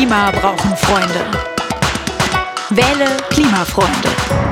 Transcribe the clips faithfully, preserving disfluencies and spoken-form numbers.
Klima brauchen Freunde. Wähle Klimafreunde.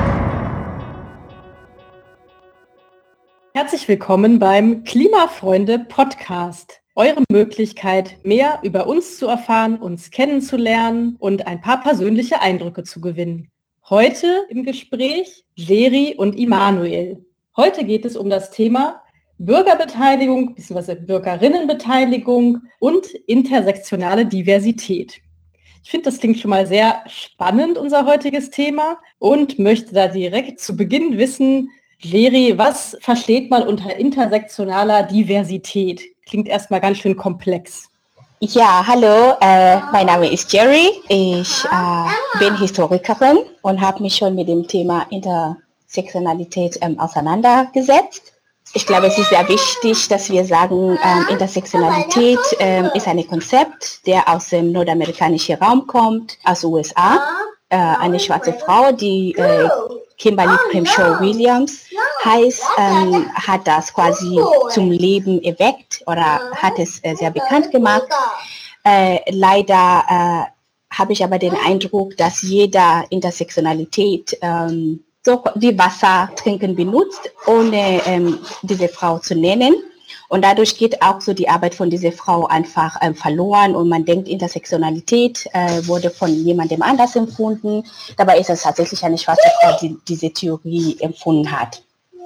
Herzlich willkommen beim Klimafreunde Podcast. Eure Möglichkeit, mehr über uns zu erfahren, uns kennenzulernen und ein paar persönliche Eindrücke zu gewinnen. Heute im Gespräch Geri und Immanuel. Heute geht es um das Thema Bürgerbeteiligung bzw. Bürgerinnenbeteiligung und intersektionale Diversität. Ich finde, das klingt schon mal sehr spannend, unser heutiges Thema, und möchte da direkt zu Beginn wissen, Geri, was versteht man unter intersektionaler Diversität? Klingt erstmal ganz schön komplex. Ja, hallo, äh, mein Name ist Geri. Ich äh, bin Historikerin und habe mich schon mit dem Thema Intersektionalität ähm, auseinandergesetzt. Ich glaube, es ist sehr wichtig, dass wir sagen, ähm, Intersektionalität ähm, ist ein Konzept, der aus dem nordamerikanischen Raum kommt, aus den U S A. Äh, eine schwarze Frau, die äh, Kimberly Crenshaw Williams heißt, ähm, hat das quasi zum Leben erweckt oder hat es äh, sehr bekannt gemacht. Äh, leider äh, habe ich aber den Eindruck, dass jeder Intersektionalität ähm, so wie Wasser trinken benutzt, ohne ähm, diese Frau zu nennen. Und dadurch geht auch so die Arbeit von dieser Frau einfach ähm, verloren und man denkt, Intersektionalität äh, wurde von jemandem anders empfunden. Dabei ist es tatsächlich eine schwarze Frau, die diese Theorie empfunden hat.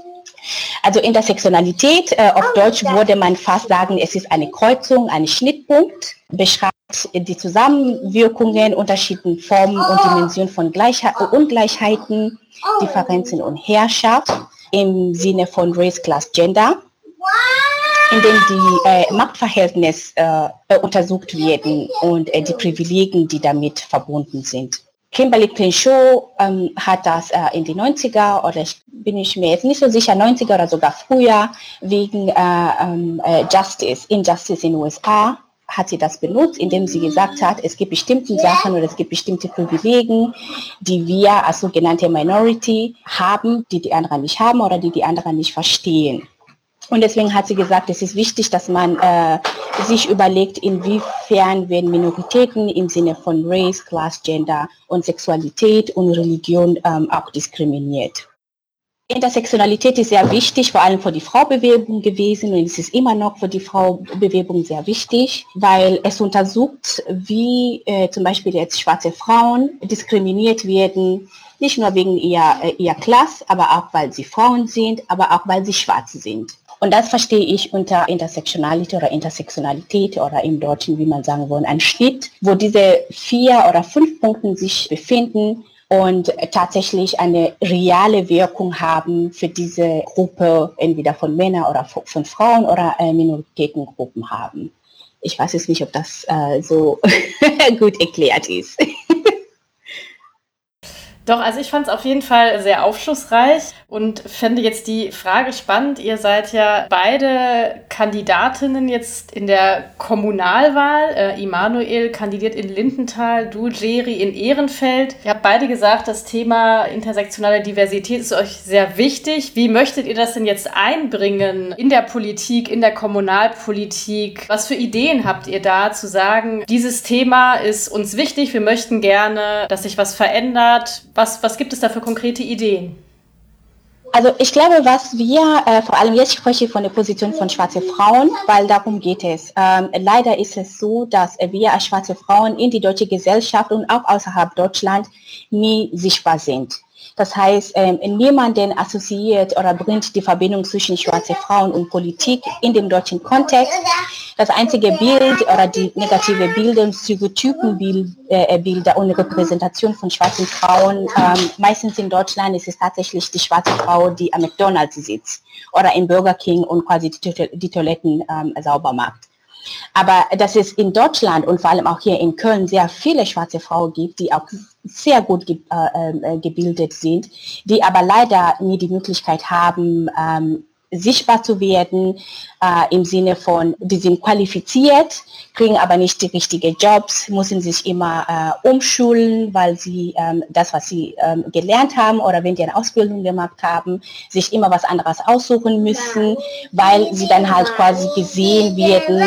Also Intersektionalität, äh, auf Deutsch würde man fast sagen, es ist eine Kreuzung, ein Schnittpunkt, beschreibt die Zusammenwirkungen, unterschiedlichen Formen und Dimensionen von Gleichheit, Ungleichheiten, Differenzen und Herrschaft im Sinne von Race, Class, Gender, in dem die äh, Machtverhältnisse äh, untersucht werden und äh, die Privilegien, die damit verbunden sind. Kimberly Crenshaw ähm, hat das äh, in den neunziger, oder ich bin ich mir jetzt nicht so sicher, neunziger oder sogar früher, wegen äh, äh, Justice, Injustice in den U S A, hat sie das benutzt, indem sie gesagt hat, es gibt bestimmte Sachen oder es gibt bestimmte Privilegien, die wir als sogenannte Minority haben, die die anderen nicht haben oder die die anderen nicht verstehen. Und deswegen hat sie gesagt, es ist wichtig, dass man äh, sich überlegt, inwiefern werden Minoritäten im Sinne von Race, Class, Gender und Sexualität und Religion ähm, auch diskriminiert. Intersektionalität ist sehr wichtig, vor allem für die Frauenbewegung gewesen, und es ist immer noch für die Frauenbewegung sehr wichtig, weil es untersucht, wie äh, zum Beispiel jetzt schwarze Frauen diskriminiert werden, nicht nur wegen ihrer, äh, ihrer Klasse, aber auch weil sie Frauen sind, aber auch weil sie schwarz sind. Und das verstehe ich unter Intersektionalität oder Intersektionalität oder im Deutschen, wie man sagen will, ein Schnitt, wo diese vier oder fünf Punkte sich befinden und tatsächlich eine reale Wirkung haben für diese Gruppe, entweder von Männern oder von Frauen oder äh, Minoritätengruppen haben. Ich weiß jetzt nicht, ob das äh, so gut erklärt ist. Doch, also ich fand es auf jeden Fall sehr aufschlussreich und fände jetzt die Frage spannend. Ihr seid ja beide Kandidatinnen jetzt in der Kommunalwahl. Äh, Immanuel kandidiert in Lindenthal, du, Geri, in Ehrenfeld. Ihr habt beide gesagt, das Thema intersektionale Diversität ist euch sehr wichtig. Wie möchtet ihr das denn jetzt einbringen in der Politik, in der Kommunalpolitik? Was für Ideen habt ihr da, zu sagen, dieses Thema ist uns wichtig, wir möchten gerne, dass sich was verändert? Was, was gibt es da für konkrete Ideen? Also ich glaube, was wir, äh, vor allem jetzt spreche ich von der Position von schwarzen Frauen, weil darum geht es. Ähm, leider ist es so, dass wir als schwarze Frauen in die deutsche Gesellschaft und auch außerhalb Deutschland nie sichtbar sind. Das heißt, ähm, niemanden assoziiert oder bringt die Verbindung zwischen schwarzen Frauen und Politik in dem deutschen Kontext. Das einzige Bild oder die negative Bilder, Stereotypenbilder und Repräsentation von schwarzen Frauen, ähm, meistens in Deutschland ist es tatsächlich die schwarze Frau, die am McDonald's sitzt oder im Burger King und quasi die, die Toiletten ähm, sauber macht. Aber dass es in Deutschland und vor allem auch hier in Köln sehr viele schwarze Frauen gibt, die auch sehr gut ge äh, gebildet sind, die aber leider nie die Möglichkeit haben, ähm, sichtbar zu werden, äh, im Sinne von, die sind qualifiziert, kriegen aber nicht die richtigen Jobs, müssen sich immer äh, umschulen, weil sie ähm, das, was sie ähm, gelernt haben oder wenn die eine Ausbildung gemacht haben, sich immer was anderes aussuchen müssen, weil sie dann halt quasi gesehen werden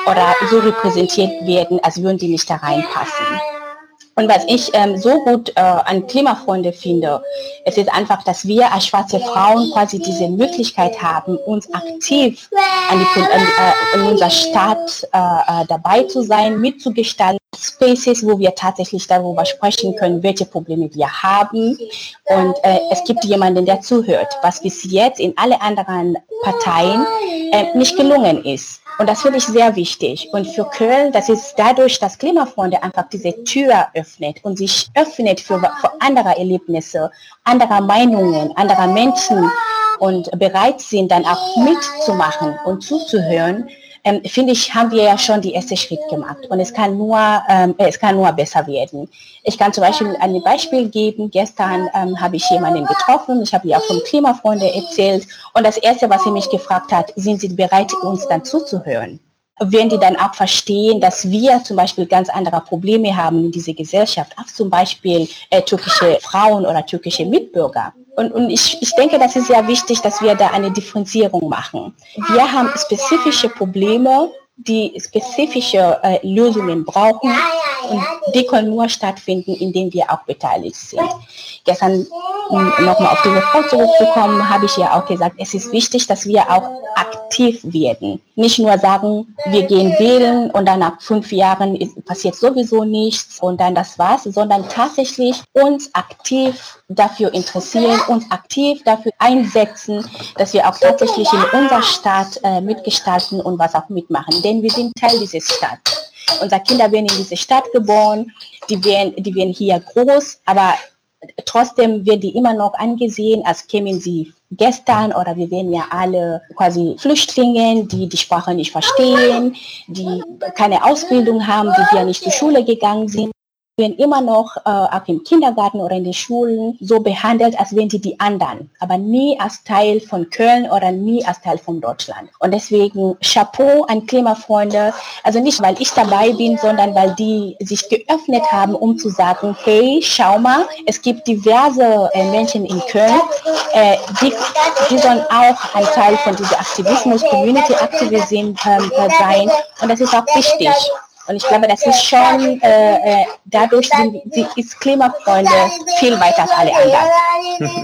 oder so repräsentiert werden, als würden die nicht da reinpassen. Und was ich ähm, so gut äh, an Klimafreunde finde, es ist einfach, dass wir als schwarze Frauen quasi diese Möglichkeit haben, uns aktiv an, die, an, äh, in unserer Stadt äh, dabei zu sein, mitzugestalten. Spaces, wo wir tatsächlich darüber sprechen können, welche Probleme wir haben. Und äh, es gibt jemanden, der zuhört, was bis jetzt in alle anderen Parteien äh, nicht gelungen ist. Und das finde ich sehr wichtig. Und für Köln, das ist dadurch, dass Klimafreunde einfach diese Tür öffnet und sich öffnet für, für andere Erlebnisse, anderer Meinungen, anderer Menschen und bereit sind, dann auch mitzumachen und zuzuhören. Ähm, finde ich, haben wir ja schon die erste Schritt gemacht und es kann nur, ähm, es kann nur besser werden. Ich kann zum Beispiel ein Beispiel geben. Gestern ähm, habe ich jemanden getroffen, ich habe ihr von Klimafreunde erzählt und das Erste, was sie mich gefragt hat, sind Sie bereit, uns dann zuzuhören? Wenn die dann auch verstehen, dass wir zum Beispiel ganz andere Probleme haben in dieser Gesellschaft, auch zum Beispiel äh, türkische Frauen oder türkische Mitbürger. Und, und ich, ich denke, das ist sehr wichtig, dass wir da eine Differenzierung machen. Wir haben spezifische Probleme, die spezifische äh, Lösungen brauchen und die können nur stattfinden, indem wir auch beteiligt sind. Gestern, um nochmal auf diese Frau zurückzukommen, habe ich ja auch gesagt, es ist wichtig, dass wir auch aktiv werden. Nicht nur sagen, wir gehen wählen und dann nach fünf Jahren ist, passiert sowieso nichts und dann das war's, sondern tatsächlich uns aktiv dafür interessieren, uns aktiv dafür einsetzen, dass wir auch tatsächlich in unserer Stadt äh, mitgestalten und was auch mitmachen. Denn wir sind Teil dieser Stadt. Unsere Kinder werden in diese Stadt geboren, die werden, die werden hier groß, aber trotzdem werden die immer noch angesehen, als kämen sie gestern oder wir werden ja alle quasi Flüchtlinge, die die Sprache nicht verstehen, die keine Ausbildung haben, die ja nicht zur Schule gegangen sind. Werden immer noch äh, auch im Kindergarten oder in den Schulen so behandelt, als wären sie die anderen, aber nie als Teil von Köln oder nie als Teil von Deutschland. Und deswegen Chapeau an Klimafreunde, also nicht, weil ich dabei bin, sondern weil die sich geöffnet haben, um zu sagen, hey, schau mal, es gibt diverse äh, Menschen in Köln, äh, die, die sollen auch ein Teil von dieser Aktivismus, Community-Aktivism äh, sein und das ist auch wichtig. Und ich glaube, das ist schon, äh, dadurch sind, sie ist Klimafreunde viel weiter als alle anderen.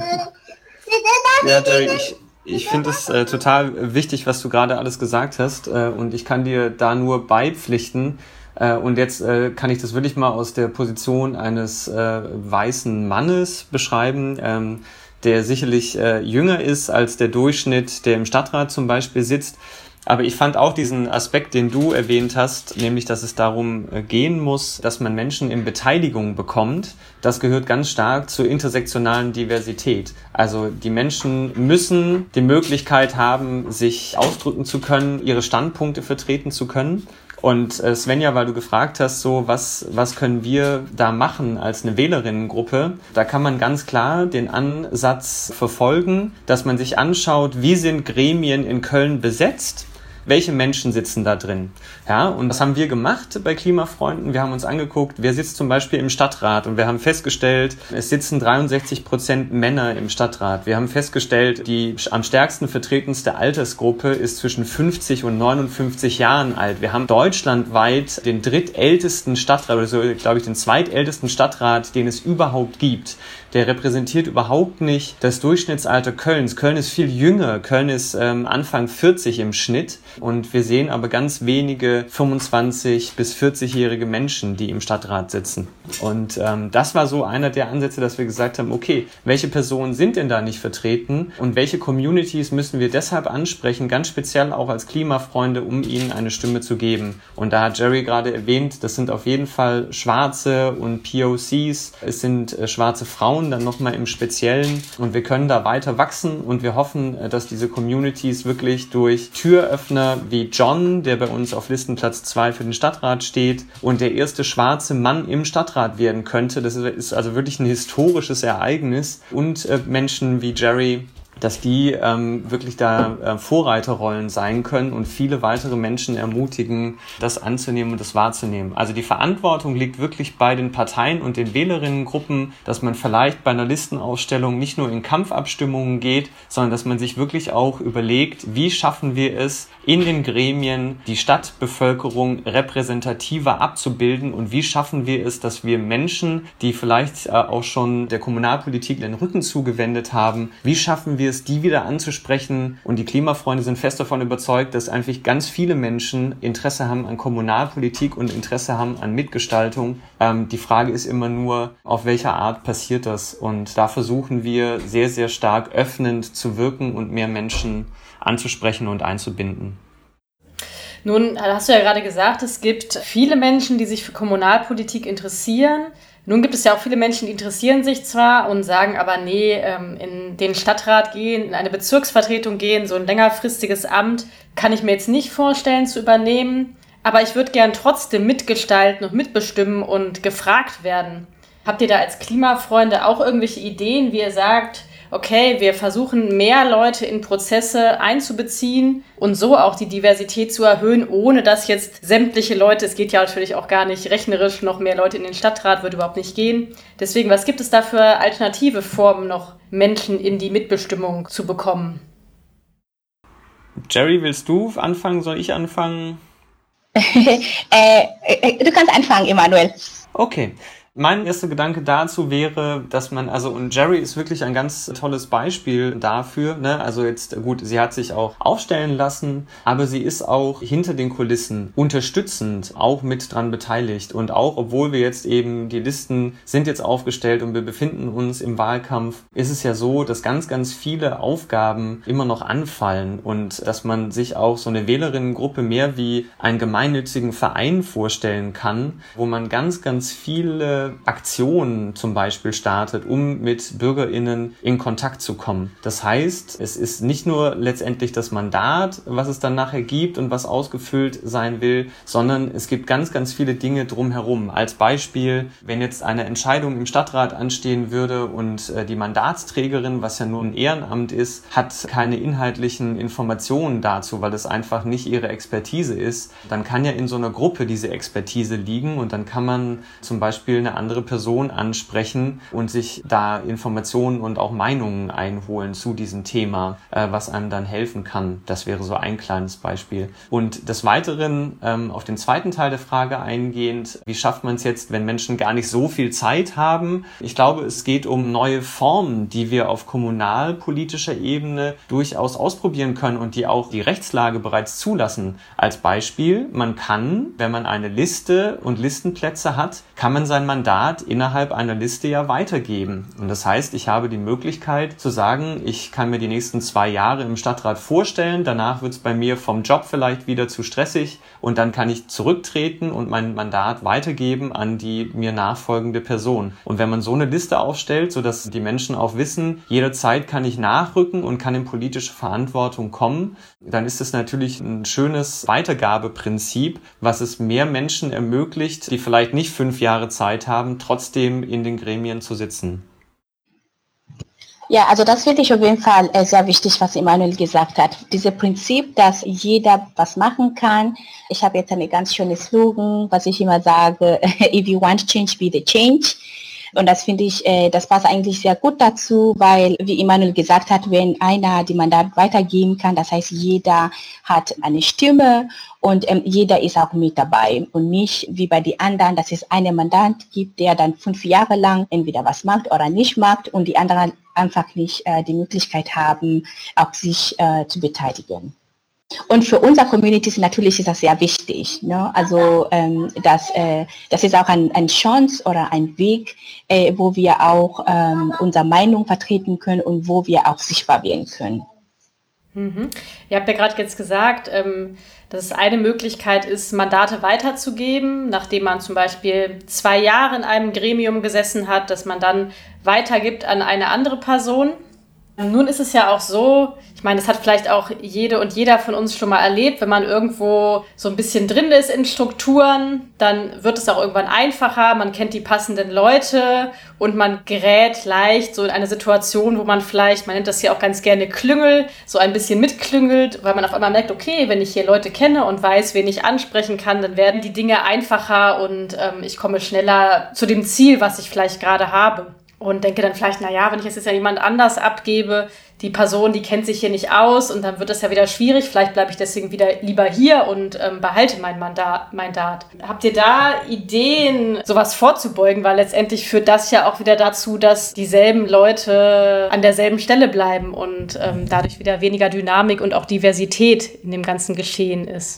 Ja, Jerry, ich, ich finde es äh, total wichtig, was du gerade alles gesagt hast. Äh, und ich kann dir da nur beipflichten. Äh, und jetzt äh, kann ich das wirklich mal aus der Position eines äh, weißen Mannes beschreiben, ähm, der sicherlich äh, jünger ist als der Durchschnitt, der im Stadtrat zum Beispiel sitzt. Aber ich fand auch diesen Aspekt, den du erwähnt hast, nämlich, dass es darum gehen muss, dass man Menschen in Beteiligung bekommt. Das gehört ganz stark zur intersektionalen Diversität. Also die Menschen müssen die Möglichkeit haben, sich ausdrücken zu können, ihre Standpunkte vertreten zu können. Und Svenja, weil du gefragt hast, so was, was können wir da machen als eine Wählerinnengruppe, da kann man ganz klar den Ansatz verfolgen, dass man sich anschaut, wie sind Gremien in Köln besetzt. Welche Menschen sitzen da drin? Ja, und das haben wir gemacht bei Klimafreunden. Wir haben uns angeguckt, wer sitzt zum Beispiel im Stadtrat und wir haben festgestellt, es sitzen dreiundsechzig Prozent Männer im Stadtrat. Wir haben festgestellt, die am stärksten vertretendste Altersgruppe ist zwischen fünfzig und neunundfünfzig Jahren alt. Wir haben deutschlandweit den drittältesten Stadtrat, oder so, glaube ich, den zweitältesten Stadtrat, den es überhaupt gibt. Der repräsentiert überhaupt nicht das Durchschnittsalter Kölns. Köln ist viel jünger. Köln ist ähm, Anfang vierzig im Schnitt. Und wir sehen aber ganz wenige fünfundzwanzig- bis vierzig-jährige Menschen, die im Stadtrat sitzen. Und ähm, das war so einer der Ansätze, dass wir gesagt haben, okay, welche Personen sind denn da nicht vertreten und welche Communities müssen wir deshalb ansprechen, ganz speziell auch als Klimafreunde, um ihnen eine Stimme zu geben. Und da hat Jerry gerade erwähnt, das sind auf jeden Fall Schwarze und P O Cs, es sind äh, schwarze Frauen, dann nochmal im Speziellen. Und wir können da weiter wachsen und wir hoffen, dass diese Communities wirklich durch Türöffner wie John, der bei uns auf Listenplatz zwei für den Stadtrat steht und der erste schwarze Mann im Stadtrat werden könnte. Das ist also wirklich ein historisches Ereignis. Und Menschen wie Jerry, dass die ähm, wirklich da äh, Vorreiterrollen sein können und viele weitere Menschen ermutigen, das anzunehmen und das wahrzunehmen. Also die Verantwortung liegt wirklich bei den Parteien und den Wählerinnengruppen, dass man vielleicht bei einer Listenaufstellung nicht nur in Kampfabstimmungen geht, sondern dass man sich wirklich auch überlegt, wie schaffen wir es, in den Gremien die Stadtbevölkerung repräsentativer abzubilden und wie schaffen wir es, dass wir Menschen, die vielleicht äh, auch schon der Kommunalpolitik den Rücken zugewendet haben, wie schaffen wir es, die wieder anzusprechen? Und die Klimafreunde sind fest davon überzeugt, dass einfach ganz viele Menschen Interesse haben an Kommunalpolitik und Interesse haben an Mitgestaltung. Ähm, die Frage ist immer nur, auf welcher Art passiert das? Und da versuchen wir sehr, sehr stark öffnend zu wirken und mehr Menschen anzusprechen und einzubinden. Nun hast du ja gerade gesagt, es gibt viele Menschen, die sich für Kommunalpolitik interessieren. Nun gibt es ja auch viele Menschen, die interessieren sich zwar und sagen aber, nee, in den Stadtrat gehen, in eine Bezirksvertretung gehen, so ein längerfristiges Amt kann ich mir jetzt nicht vorstellen zu übernehmen. Aber ich würde gern trotzdem mitgestalten und mitbestimmen und gefragt werden. Habt ihr da als Klimafreunde auch irgendwelche Ideen, wie ihr sagt, okay, wir versuchen mehr Leute in Prozesse einzubeziehen und so auch die Diversität zu erhöhen, ohne dass jetzt sämtliche Leute, es geht ja natürlich auch gar nicht rechnerisch, noch mehr Leute in den Stadtrat würde überhaupt nicht gehen. Deswegen, was gibt es da für alternative Formen noch, Menschen in die Mitbestimmung zu bekommen? Jerry, willst du anfangen? Soll ich anfangen? äh, du kannst anfangen, Emanuel. Okay. Mein erster Gedanke dazu wäre, dass man, also, und Jerry ist wirklich ein ganz tolles Beispiel dafür, ne, also jetzt, gut, sie hat sich auch aufstellen lassen, aber sie ist auch hinter den Kulissen unterstützend auch mit dran beteiligt und auch, obwohl wir jetzt eben, die Listen sind jetzt aufgestellt und wir befinden uns im Wahlkampf, ist es ja so, dass ganz, ganz viele Aufgaben immer noch anfallen und dass man sich auch so eine Wählerinnengruppe mehr wie einen gemeinnützigen Verein vorstellen kann, wo man ganz, ganz viele Aktionen zum Beispiel startet, um mit BürgerInnen in Kontakt zu kommen. Das heißt, es ist nicht nur letztendlich das Mandat, was es dann nachher gibt und was ausgefüllt sein will, sondern es gibt ganz, ganz viele Dinge drumherum. Als Beispiel, wenn jetzt eine Entscheidung im Stadtrat anstehen würde und äh, die Mandatsträgerin, was ja nur ein Ehrenamt ist, hat keine inhaltlichen Informationen dazu, weil es einfach nicht ihre Expertise ist, dann kann ja in so einer Gruppe diese Expertise liegen und dann kann man zum Beispiel eine andere Person ansprechen und sich da Informationen und auch Meinungen einholen zu diesem Thema, äh, was einem dann helfen kann. Das wäre so ein kleines Beispiel. Und des Weiteren, ähm, auf den zweiten Teil der Frage eingehend, wie schafft man es jetzt, wenn Menschen gar nicht so viel Zeit haben? Ich glaube, es geht um neue Formen, die wir auf kommunalpolitischer Ebene durchaus ausprobieren können und die auch die Rechtslage bereits zulassen. Als Beispiel, man kann, wenn man eine Liste und Listenplätze hat, kann man sein Mandat innerhalb einer Liste ja weitergeben. Und das heißt, ich habe die Möglichkeit zu sagen, ich kann mir die nächsten zwei Jahre im Stadtrat vorstellen, danach wird es bei mir vom Job vielleicht wieder zu stressig und dann kann ich zurücktreten und mein Mandat weitergeben an die mir nachfolgende Person. Und wenn man so eine Liste aufstellt, sodass die Menschen auch wissen, jederzeit kann ich nachrücken und kann in politische Verantwortung kommen, dann ist es natürlich ein schönes Weitergabeprinzip, was es mehr Menschen ermöglicht, die vielleicht nicht fünf Jahre Zeit haben, trotzdem in den Gremien zu sitzen. Ja, also das finde ich auf jeden Fall sehr wichtig, was Emanuel gesagt hat. Dieses Prinzip, dass jeder was machen kann. Ich habe jetzt eine ganz schöne Slogan, was ich immer sage, if you want change, be the change. Und das finde ich, das passt eigentlich sehr gut dazu, weil, wie Emanuel gesagt hat, wenn einer die Mandat weitergeben kann, das heißt, jeder hat eine Stimme und ähm, jeder ist auch mit dabei. Und nicht wie bei den anderen, dass es einen Mandat gibt, der dann fünf Jahre lang entweder was macht oder nicht macht und die anderen einfach nicht äh, die Möglichkeit haben, auch sich äh, zu beteiligen. Und für unsere Communities natürlich ist das sehr wichtig. Ne? Also ähm, das, äh, das ist auch ein, eine Chance oder ein Weg, äh, wo wir auch ähm, unsere Meinung vertreten können und wo wir auch sichtbar werden können. Mhm. Ihr habt ja gerade jetzt gesagt, ähm, dass es eine Möglichkeit ist, Mandate weiterzugeben, nachdem man zum Beispiel zwei Jahre in einem Gremium gesessen hat, dass man dann weitergibt an eine andere Person. Nun ist es ja auch so, ich meine, das hat vielleicht auch jede und jeder von uns schon mal erlebt, wenn man irgendwo so ein bisschen drin ist in Strukturen, dann wird es auch irgendwann einfacher, man kennt die passenden Leute und man gerät leicht so in eine Situation, wo man vielleicht, man nennt das ja auch ganz gerne Klüngel, so ein bisschen mitklüngelt, weil man auf einmal merkt, okay, wenn ich hier Leute kenne und weiß, wen ich ansprechen kann, dann werden die Dinge einfacher und ähm, ich komme schneller zu dem Ziel, was ich vielleicht gerade habe. Und denke dann vielleicht, naja, wenn ich es jetzt ja jemand anders abgebe, die Person, die kennt sich hier nicht aus und dann wird das ja wieder schwierig. Vielleicht bleibe ich deswegen wieder lieber hier und ähm, behalte mein Mandat, mein Dat. Habt ihr da Ideen, sowas vorzubeugen? Weil letztendlich führt das ja auch wieder dazu, dass dieselben Leute an derselben Stelle bleiben und ähm, dadurch wieder weniger Dynamik und auch Diversität in dem ganzen Geschehen ist.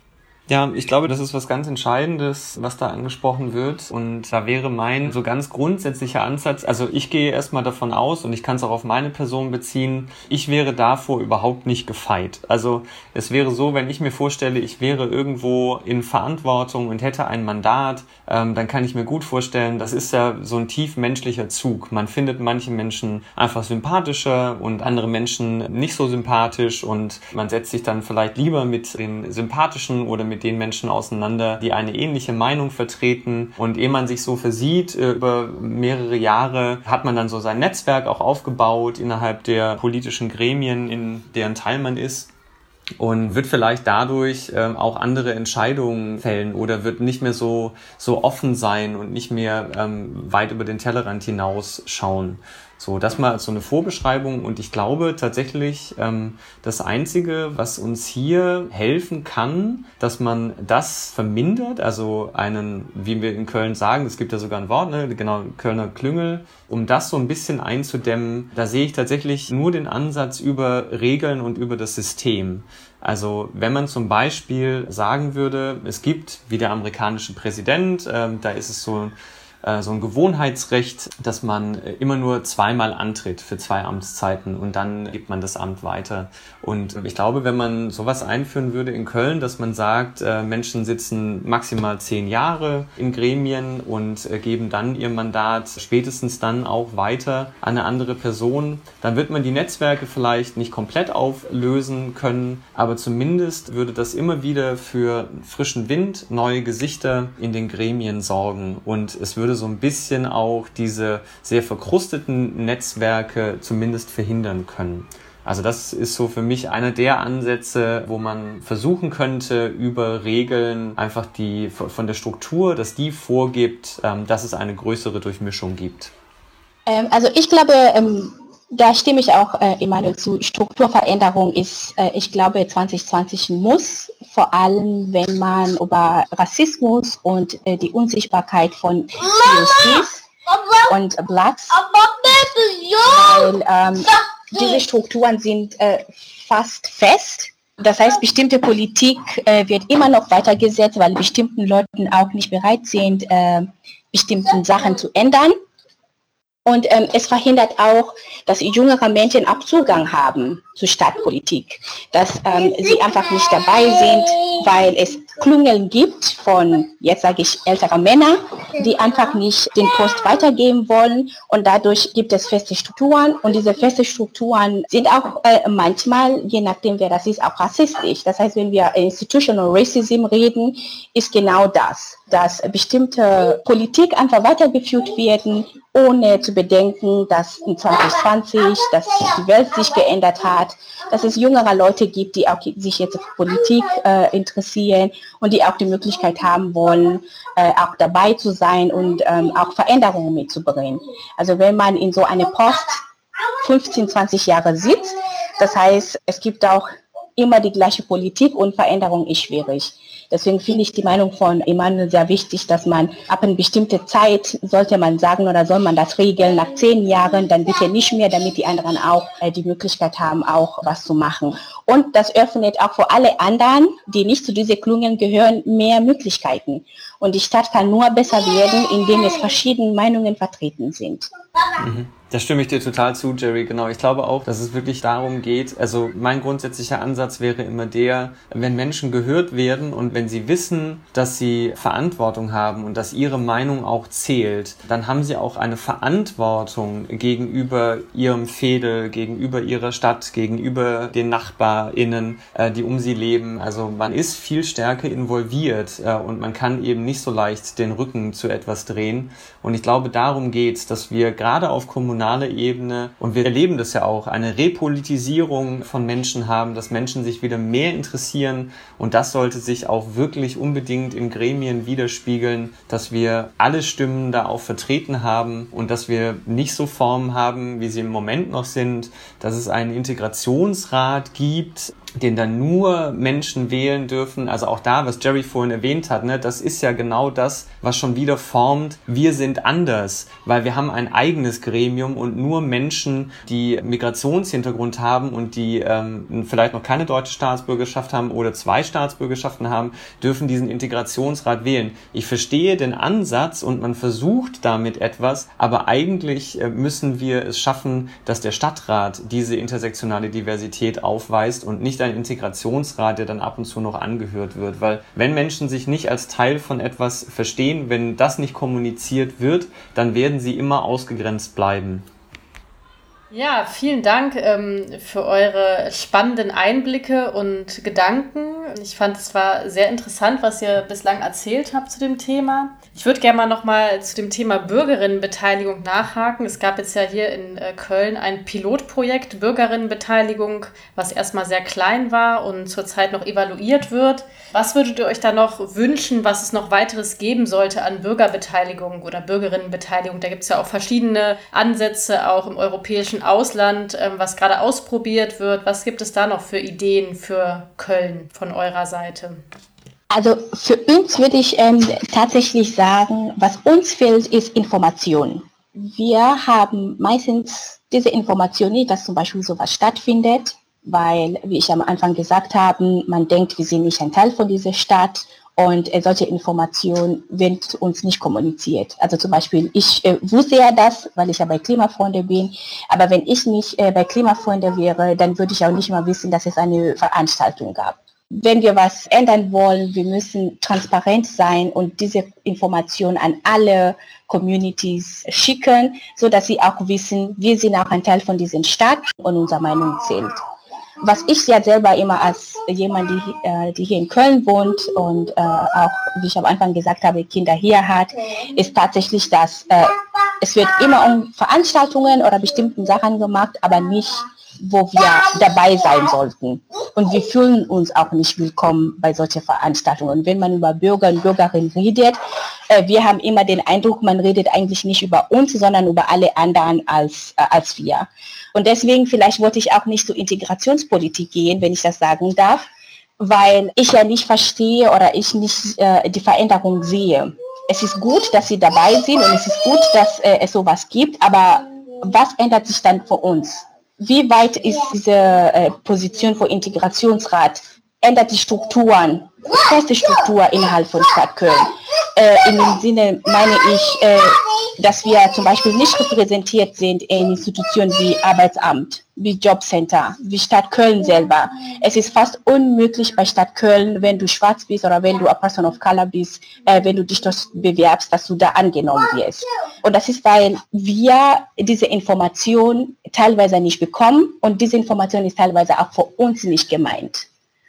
Ja, ich glaube, das ist was ganz Entscheidendes, was da angesprochen wird. Und da wäre mein so ganz grundsätzlicher Ansatz, also ich gehe erstmal davon aus und ich kann es auch auf meine Person beziehen, ich wäre davor überhaupt nicht gefeit. Also es wäre so, wenn ich mir vorstelle, ich wäre irgendwo in Verantwortung und hätte ein Mandat, ähm, dann kann ich mir gut vorstellen, das ist ja so ein tief menschlicher Zug. Man findet manche Menschen einfach sympathischer und andere Menschen nicht so sympathisch und man setzt sich dann vielleicht lieber mit den sympathischen oder mit den Menschen auseinander, die eine ähnliche Meinung vertreten. Und ehe man sich so versieht, über mehrere Jahre, hat man dann so sein Netzwerk auch aufgebaut innerhalb der politischen Gremien, in deren Teil man ist. Und wird vielleicht dadurch ähm, auch andere Entscheidungen fällen oder wird nicht mehr so, so offen sein und nicht mehr ähm, weit über den Tellerrand hinaus schauen. So, das mal als so eine Vorbeschreibung. Und ich glaube tatsächlich, ähm, das Einzige, was uns hier helfen kann, dass man das vermindert, also einen, wie wir in Köln sagen, es gibt ja sogar ein Wort, ne, genau, Kölner Klüngel, um das so ein bisschen einzudämmen, da sehe ich tatsächlich nur den Ansatz über Regeln und über das System. Also wenn man zum Beispiel sagen würde, es gibt, wie der amerikanische Präsident, ähm, da ist es so so ein Gewohnheitsrecht, dass man immer nur zweimal antritt für zwei Amtszeiten und dann gibt man das Amt weiter. Und ich glaube, wenn man sowas einführen würde in Köln, dass man sagt, Menschen sitzen maximal zehn Jahre in Gremien und geben dann ihr Mandat spätestens dann auch weiter an eine andere Person, dann wird man die Netzwerke vielleicht nicht komplett auflösen können, aber zumindest würde das immer wieder für frischen Wind, neue Gesichter in den Gremien sorgen und es würde so ein bisschen auch diese sehr verkrusteten Netzwerke zumindest verhindern können. Also das ist so für mich einer der Ansätze, wo man versuchen könnte, über Regeln einfach die von der Struktur, dass die vorgibt, dass es eine größere Durchmischung gibt. Ähm, also ich glaube, ähm, da stimme ich auch äh, Emanuel zu. Strukturveränderung ist, äh, ich glaube, zwanzig zwanzig muss, vor allem wenn man über Rassismus und äh, die Unsichtbarkeit von P O Cs und Blacks, weil ähm, diese Strukturen sind äh, fast fest. Das heißt, bestimmte Politik äh, wird immer noch weitergesetzt, weil bestimmten Leuten auch nicht bereit sind, äh, bestimmte Sachen zu ändern. Und ähm, es verhindert auch, dass jüngere Menschen auch Zugang haben zur Stadtpolitik, dass ähm, sie einfach nicht dabei sind, weil es Klüngeln gibt von, jetzt sage ich, ältere Männer, die einfach nicht den Post weitergeben wollen und dadurch gibt es feste Strukturen und diese feste Strukturen sind auch äh, manchmal, je nachdem wer das ist, auch rassistisch. Das heißt, wenn wir Institutional Racism reden, ist genau das, dass bestimmte Politik einfach weitergeführt werden, ohne zu bedenken, dass in zwanzig zwanzig, dass die Welt sich geändert hat, dass es jüngere Leute gibt, die auch sich jetzt für Politik äh, interessieren und die auch die Möglichkeit haben wollen, äh, auch dabei zu sein und ähm, auch Veränderungen mitzubringen. Also wenn man in so eine Post fünfzehn, zwanzig Jahre sitzt, das heißt, es gibt auch immer die gleiche Politik und Veränderung ist schwierig. Deswegen finde ich die Meinung von Emanuel sehr wichtig, dass man ab einer bestimmten Zeit, sollte man sagen oder soll man das regeln, nach zehn Jahren, dann bitte nicht mehr, damit die anderen auch äh, die Möglichkeit haben, auch was zu machen. Und das öffnet auch für alle anderen, die nicht zu diesen Klüngeln gehören, mehr Möglichkeiten. Und die Stadt kann nur besser werden, indem es verschiedene Meinungen vertreten sind. Mhm. Da stimme ich dir total zu, Jerry. Genau, ich glaube auch, dass es wirklich darum geht, also mein grundsätzlicher Ansatz wäre immer der, wenn Menschen gehört werden und wenn sie wissen, dass sie Verantwortung haben und dass ihre Meinung auch zählt, dann haben sie auch eine Verantwortung gegenüber ihrem Veedel, gegenüber ihrer Stadt, gegenüber den NachbarInnen, die um sie leben. Also man ist viel stärker involviert und man kann eben nicht so leicht den Rücken zu etwas drehen. Und ich glaube, darum geht's, dass wir gerade auf kommunaler Ebene, und wir erleben das ja auch, eine Repolitisierung von Menschen haben, dass Menschen sich wieder mehr interessieren, und das sollte sich auch wirklich unbedingt in Gremien widerspiegeln, dass wir alle Stimmen da auch vertreten haben und dass wir nicht so Formen haben, wie sie im Moment noch sind, dass es einen Integrationsrat gibt, den dann nur Menschen wählen dürfen. Also auch da, was Jerry vorhin erwähnt hat, ne, das ist ja genau das, was schon wieder formt, wir sind anders, weil wir haben ein eigenes Gremium und nur Menschen, die Migrationshintergrund haben und die ähm, vielleicht noch keine deutsche Staatsbürgerschaft haben oder zwei Staatsbürgerschaften haben, dürfen diesen Integrationsrat wählen. Ich verstehe den Ansatz und man versucht damit etwas, aber eigentlich äh, müssen wir es schaffen, dass der Stadtrat diese intersektionale Diversität aufweist und nicht ein Integrationsrat, der dann ab und zu noch angehört wird, weil wenn Menschen sich nicht als Teil von etwas verstehen, wenn das nicht kommuniziert wird, dann werden sie immer ausgegrenzt bleiben. Ja, vielen Dank ähm, für eure spannenden Einblicke und Gedanken. Ich fand, es war sehr interessant, was ihr bislang erzählt habt zu dem Thema. Ich würde gerne mal nochmal zu dem Thema Bürgerinnenbeteiligung nachhaken. Es gab jetzt ja hier in äh, Köln ein Pilotprojekt Bürgerinnenbeteiligung, was erstmal sehr klein war und zurzeit noch evaluiert wird. Was würdet ihr euch da noch wünschen, was es noch weiteres geben sollte an Bürgerbeteiligung oder Bürgerinnenbeteiligung? Da gibt es ja auch verschiedene Ansätze, auch im europäischen Ausland, ähm, was gerade ausprobiert wird. Was gibt es da noch für Ideen für Köln von eurer Seite? Also für uns würde ich ähm, tatsächlich sagen, was uns fehlt, ist Information. Wir haben meistens diese Information nicht, dass zum Beispiel sowas stattfindet, weil, wie ich am Anfang gesagt habe, man denkt, wir sind nicht ein Teil von dieser Stadt und äh, solche Informationen werden uns nicht kommuniziert. Also zum Beispiel, ich äh, wusste ja das, weil ich ja bei Klimafreunde bin, aber wenn ich nicht äh, bei Klimafreunde wäre, dann würde ich auch nicht mal wissen, dass es eine Veranstaltung gab. Wenn wir was ändern wollen, wir müssen transparent sein und diese Information an alle Communities schicken, so dass sie auch wissen, wir sind auch ein Teil von dieser Stadt und unsere Meinung zählt. Was ich ja selber immer als jemand, die, äh, die hier in Köln wohnt und äh, auch, wie ich am Anfang gesagt habe, Kinder hier hat, ist tatsächlich, dass äh, es wird immer um Veranstaltungen oder bestimmten Sachen gemacht, aber nicht, wo wir dabei sein sollten. Und wir fühlen uns auch nicht willkommen bei solchen Veranstaltungen. Und wenn man über Bürger und Bürgerinnen redet, äh, wir haben immer den Eindruck, man redet eigentlich nicht über uns, sondern über alle anderen als, äh, als wir. Und deswegen vielleicht wollte ich auch nicht zur Integrationspolitik gehen, wenn ich das sagen darf, weil ich ja nicht verstehe oder ich nicht äh, die Veränderung sehe. Es ist gut, dass sie dabei sind und es ist gut, dass äh, es sowas gibt, aber was ändert sich dann für uns? Wie weit ist diese äh, Position für Integrationsrat? Ändert die Strukturen, feste Struktur innerhalb von Stadt Köln? Äh, in dem Sinne meine ich, äh, dass wir zum Beispiel nicht repräsentiert sind in Institutionen wie Arbeitsamt, wie Jobcenter, wie Stadt Köln selber. Es ist fast unmöglich bei Stadt Köln, wenn du schwarz bist oder wenn du a person of color bist, äh, wenn du dich dort bewerbst, dass du da angenommen wirst. Und das ist, weil wir diese Information teilweise nicht bekommen und diese Information ist teilweise auch für uns nicht gemeint.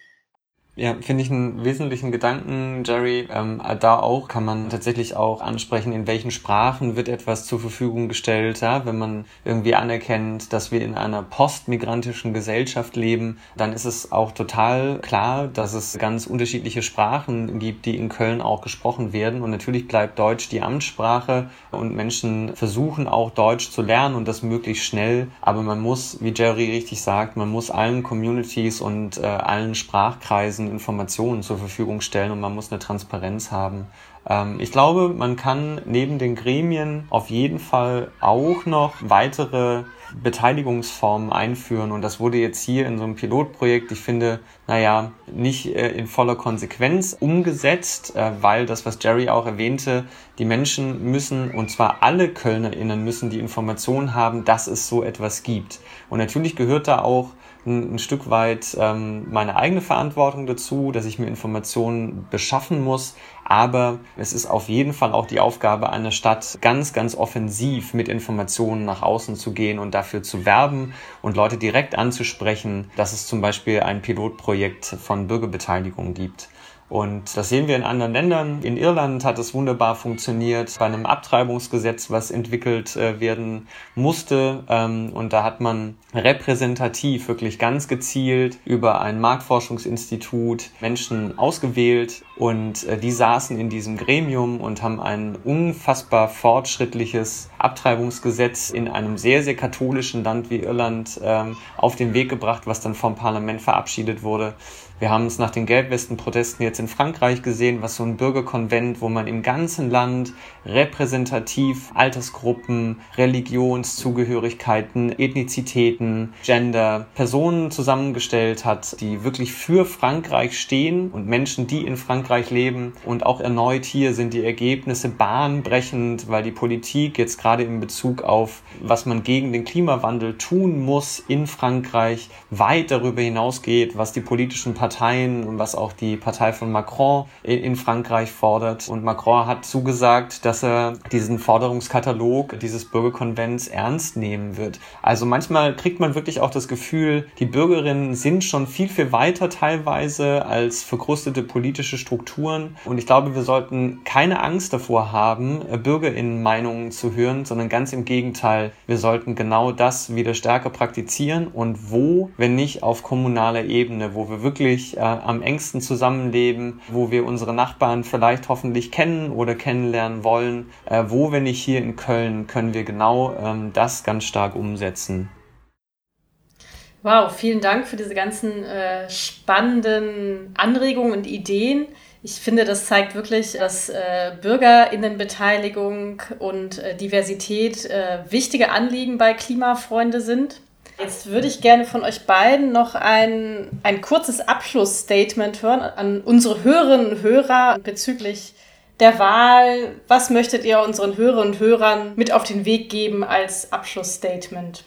Ja, finde ich einen wesentlichen Gedanken, Jerry. Ähm, da auch kann man tatsächlich auch ansprechen, in welchen Sprachen wird etwas zur Verfügung gestellt. Ja? Wenn man irgendwie anerkennt, dass wir in einer postmigrantischen Gesellschaft leben, dann ist es auch total klar, dass es ganz unterschiedliche Sprachen gibt, die in Köln auch gesprochen werden. Und natürlich bleibt Deutsch die Amtssprache und Menschen versuchen auch Deutsch zu lernen und das möglichst schnell. Aber man muss, wie Jerry richtig sagt, man muss allen Communities und äh, allen Sprachkreisen diesen Informationen zur Verfügung stellen und man muss eine Transparenz haben. Ähm, ich glaube, man kann neben den Gremien auf jeden Fall auch noch weitere Beteiligungsformen einführen und das wurde jetzt hier in so einem Pilotprojekt, ich finde, naja, nicht äh, in voller Konsequenz umgesetzt, äh, weil das, was Jerry auch erwähnte, die Menschen müssen, und zwar alle KölnerInnen müssen die Information haben, dass es so etwas gibt. Und natürlich gehört da auch ein, ein Stück weit ähm, meine eigene Verantwortung dazu, dass ich mir Informationen beschaffen muss. Aber es ist auf jeden Fall auch die Aufgabe einer Stadt, ganz, ganz offensiv mit Informationen nach außen zu gehen und dafür zu werben und Leute direkt anzusprechen, dass es zum Beispiel ein Pilotprojekt von Bürgerbeteiligung gibt. Und das sehen wir in anderen Ländern. In Irland hat es wunderbar funktioniert bei einem Abtreibungsgesetz, was entwickelt äh, werden musste. Ähm, und da hat man repräsentativ, wirklich ganz gezielt über ein Marktforschungsinstitut Menschen ausgewählt. Und äh, die saßen in diesem Gremium und haben ein unfassbar fortschrittliches Abtreibungsgesetz in einem sehr, sehr katholischen Land wie Irland ähm, auf den Weg gebracht, was dann vom Parlament verabschiedet wurde. Wir haben es nach den Gelbwesten-Protesten jetzt in Frankreich gesehen, was so ein Bürgerkonvent, wo man im ganzen Land repräsentativ Altersgruppen, Religionszugehörigkeiten, Ethnizitäten, Gender, Personen zusammengestellt hat, die wirklich für Frankreich stehen und Menschen, die in Frankreich leben. Und auch erneut hier sind die Ergebnisse bahnbrechend, weil die Politik jetzt gerade in Bezug auf, was man gegen den Klimawandel tun muss in Frankreich, weit darüber hinausgeht, was die politischen Parteien und was auch die Partei von Macron in Frankreich fordert. Und Macron hat zugesagt, dass er diesen Forderungskatalog dieses Bürgerkonvents ernst nehmen wird. Also manchmal kriegt man wirklich auch das Gefühl, die Bürgerinnen sind schon viel, viel weiter teilweise als verkrustete politische Strukturen. Und ich glaube, wir sollten keine Angst davor haben, BürgerInnen-Meinungen zu hören, sondern ganz im Gegenteil. Wir sollten genau das wieder stärker praktizieren. Und wo, wenn nicht auf kommunaler Ebene, wo wir wirklich Äh, am engsten zusammenleben, wo wir unsere Nachbarn vielleicht hoffentlich kennen oder kennenlernen wollen. Äh, wo, wenn nicht hier in Köln, können wir genau ähm, das ganz stark umsetzen. Wow, vielen Dank für diese ganzen äh, spannenden Anregungen und Ideen. Ich finde, das zeigt wirklich, dass äh, BürgerInnenbeteiligung und äh, Diversität äh, wichtige Anliegen bei Klimafreunde sind. Jetzt würde ich gerne von euch beiden noch ein, ein kurzes Abschlussstatement hören an unsere Hörerinnen und Hörer bezüglich der Wahl. Was möchtet ihr unseren Hörerinnen und Hörern mit auf den Weg geben als Abschlussstatement?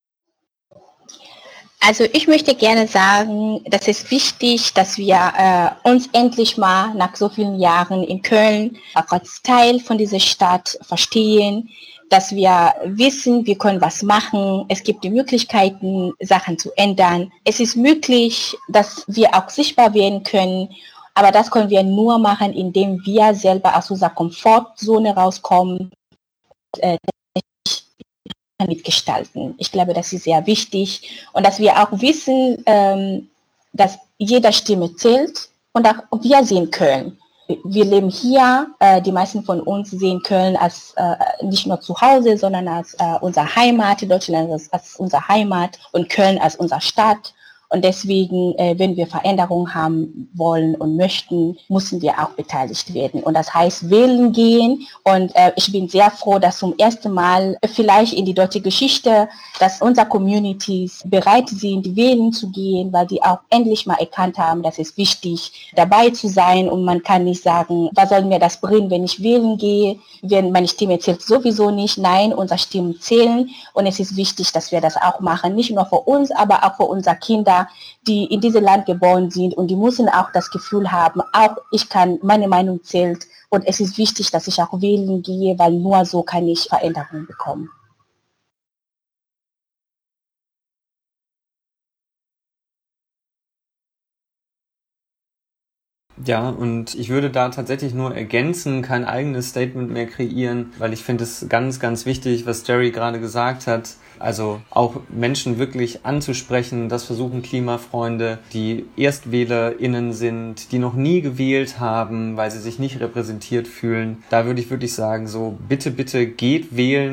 Also ich möchte gerne sagen, das ist wichtig, dass wir äh, uns endlich mal nach so vielen Jahren in Köln auch als Teil von dieser Stadt verstehen, dass wir wissen, wir können was machen. Es gibt die Möglichkeiten, Sachen zu ändern. Es ist möglich, dass wir auch sichtbar werden können, aber das können wir nur machen, indem wir selber aus unserer Komfortzone rauskommen und äh, mitgestalten. Ich glaube, das ist sehr wichtig und dass wir auch wissen, ähm, dass jede Stimme zählt und auch wir sehen Köln. Wir leben hier, äh, die meisten von uns sehen Köln als äh, nicht nur zu Hause, sondern als äh, unsere Heimat, Deutschland als, als unsere Heimat und Köln als unsere Stadt. Und deswegen, äh, wenn wir Veränderungen haben wollen und möchten, müssen wir auch beteiligt werden. Und das heißt, wählen gehen. Und äh, ich bin sehr froh, dass zum ersten Mal vielleicht in die deutsche Geschichte, dass unsere Communities bereit sind, wählen zu gehen, weil sie auch endlich mal erkannt haben, dass es wichtig dabei zu sein. Und man kann nicht sagen, was soll mir das bringen, wenn ich wählen gehe, wenn meine Stimme zählt sowieso nicht. Nein, unsere Stimmen zählen. Und es ist wichtig, dass wir das auch machen. Nicht nur für uns, aber auch für unsere Kinder, die in diesem Land geboren sind und die müssen auch das Gefühl haben, auch ich kann, meine Meinung zählt und es ist wichtig, dass ich auch wählen gehe, weil nur so kann ich Veränderungen bekommen. Ja, und ich würde da tatsächlich nur ergänzen, kein eigenes Statement mehr kreieren, weil ich finde es ganz, ganz wichtig, was Jerry gerade gesagt hat. Also auch Menschen wirklich anzusprechen, das versuchen Klimafreunde, die ErstwählerInnen sind, die noch nie gewählt haben, weil sie sich nicht repräsentiert fühlen. Da würde ich wirklich sagen, so bitte, bitte geht wählen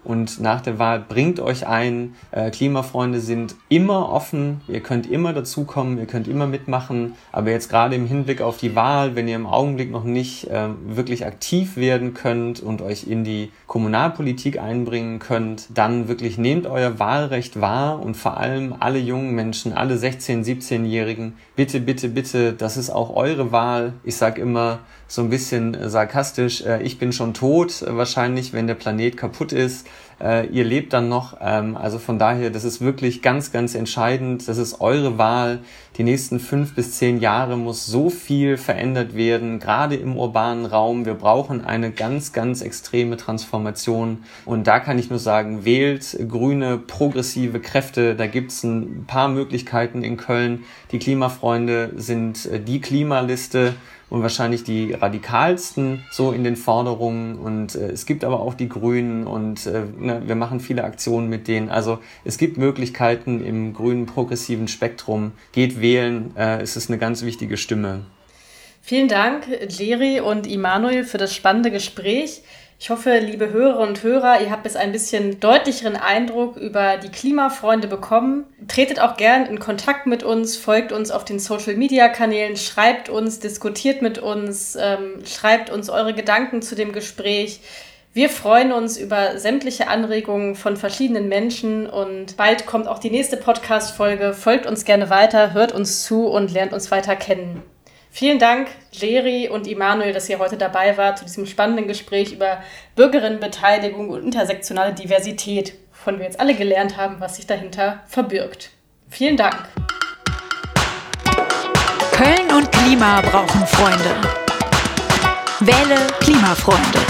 und nach der Wahl bringt euch ein. Äh, Klimafreunde sind immer offen, ihr könnt immer dazukommen, ihr könnt immer mitmachen, aber jetzt gerade im Hinblick auf die Wahl, wenn ihr im Augenblick noch nicht äh, wirklich aktiv werden könnt und euch in die Kommunalpolitik einbringen könnt, dann wirklich nehmt euer Wahlrecht wahr und vor allem alle jungen Menschen, alle sechzehn-, siebzehnjährigen, bitte, bitte, bitte, das ist auch eure Wahl. Ich sage immer so ein bisschen sarkastisch, äh, ich bin schon tot, äh, wahrscheinlich, wenn der Planet kaputt ist. Äh, ihr lebt dann noch, ähm, also von daher, das ist wirklich ganz, ganz entscheidend. Das ist eure Wahl. Die nächsten fünf bis zehn Jahre muss so viel verändert werden, gerade im urbanen Raum. Wir brauchen eine ganz, ganz extreme Transformation. Und da kann ich nur sagen, wählt grüne, progressive Kräfte. Da gibt's ein paar Möglichkeiten in Köln. Die Klimafreunde sind äh, die Klimaliste und wahrscheinlich die radikalsten so in den Forderungen, und äh, es gibt aber auch die Grünen und äh, ne, wir machen viele Aktionen mit denen. Also es gibt Möglichkeiten im grünen progressiven Spektrum. Geht wählen, äh, es ist eine ganz wichtige Stimme. Vielen Dank, Jerry und Immanuel, für das spannende Gespräch. Ich hoffe, liebe Hörer und Hörer, ihr habt jetzt ein bisschen deutlicheren Eindruck über die Klimafreunde bekommen. Tretet auch gern in Kontakt mit uns, folgt uns auf den Social-Media-Kanälen, schreibt uns, diskutiert mit uns, ähm, schreibt uns eure Gedanken zu dem Gespräch. Wir freuen uns über sämtliche Anregungen von verschiedenen Menschen und bald kommt auch die nächste Podcast-Folge. Folgt uns gerne weiter, hört uns zu und lernt uns weiter kennen. Vielen Dank, Jerry und Immanuel, dass ihr heute dabei wart zu diesem spannenden Gespräch über Bürgerinnenbeteiligung und intersektionale Diversität, von wir jetzt alle gelernt haben, was sich dahinter verbirgt. Vielen Dank. Köln und Klima brauchen Freunde. Wähle Klimafreunde.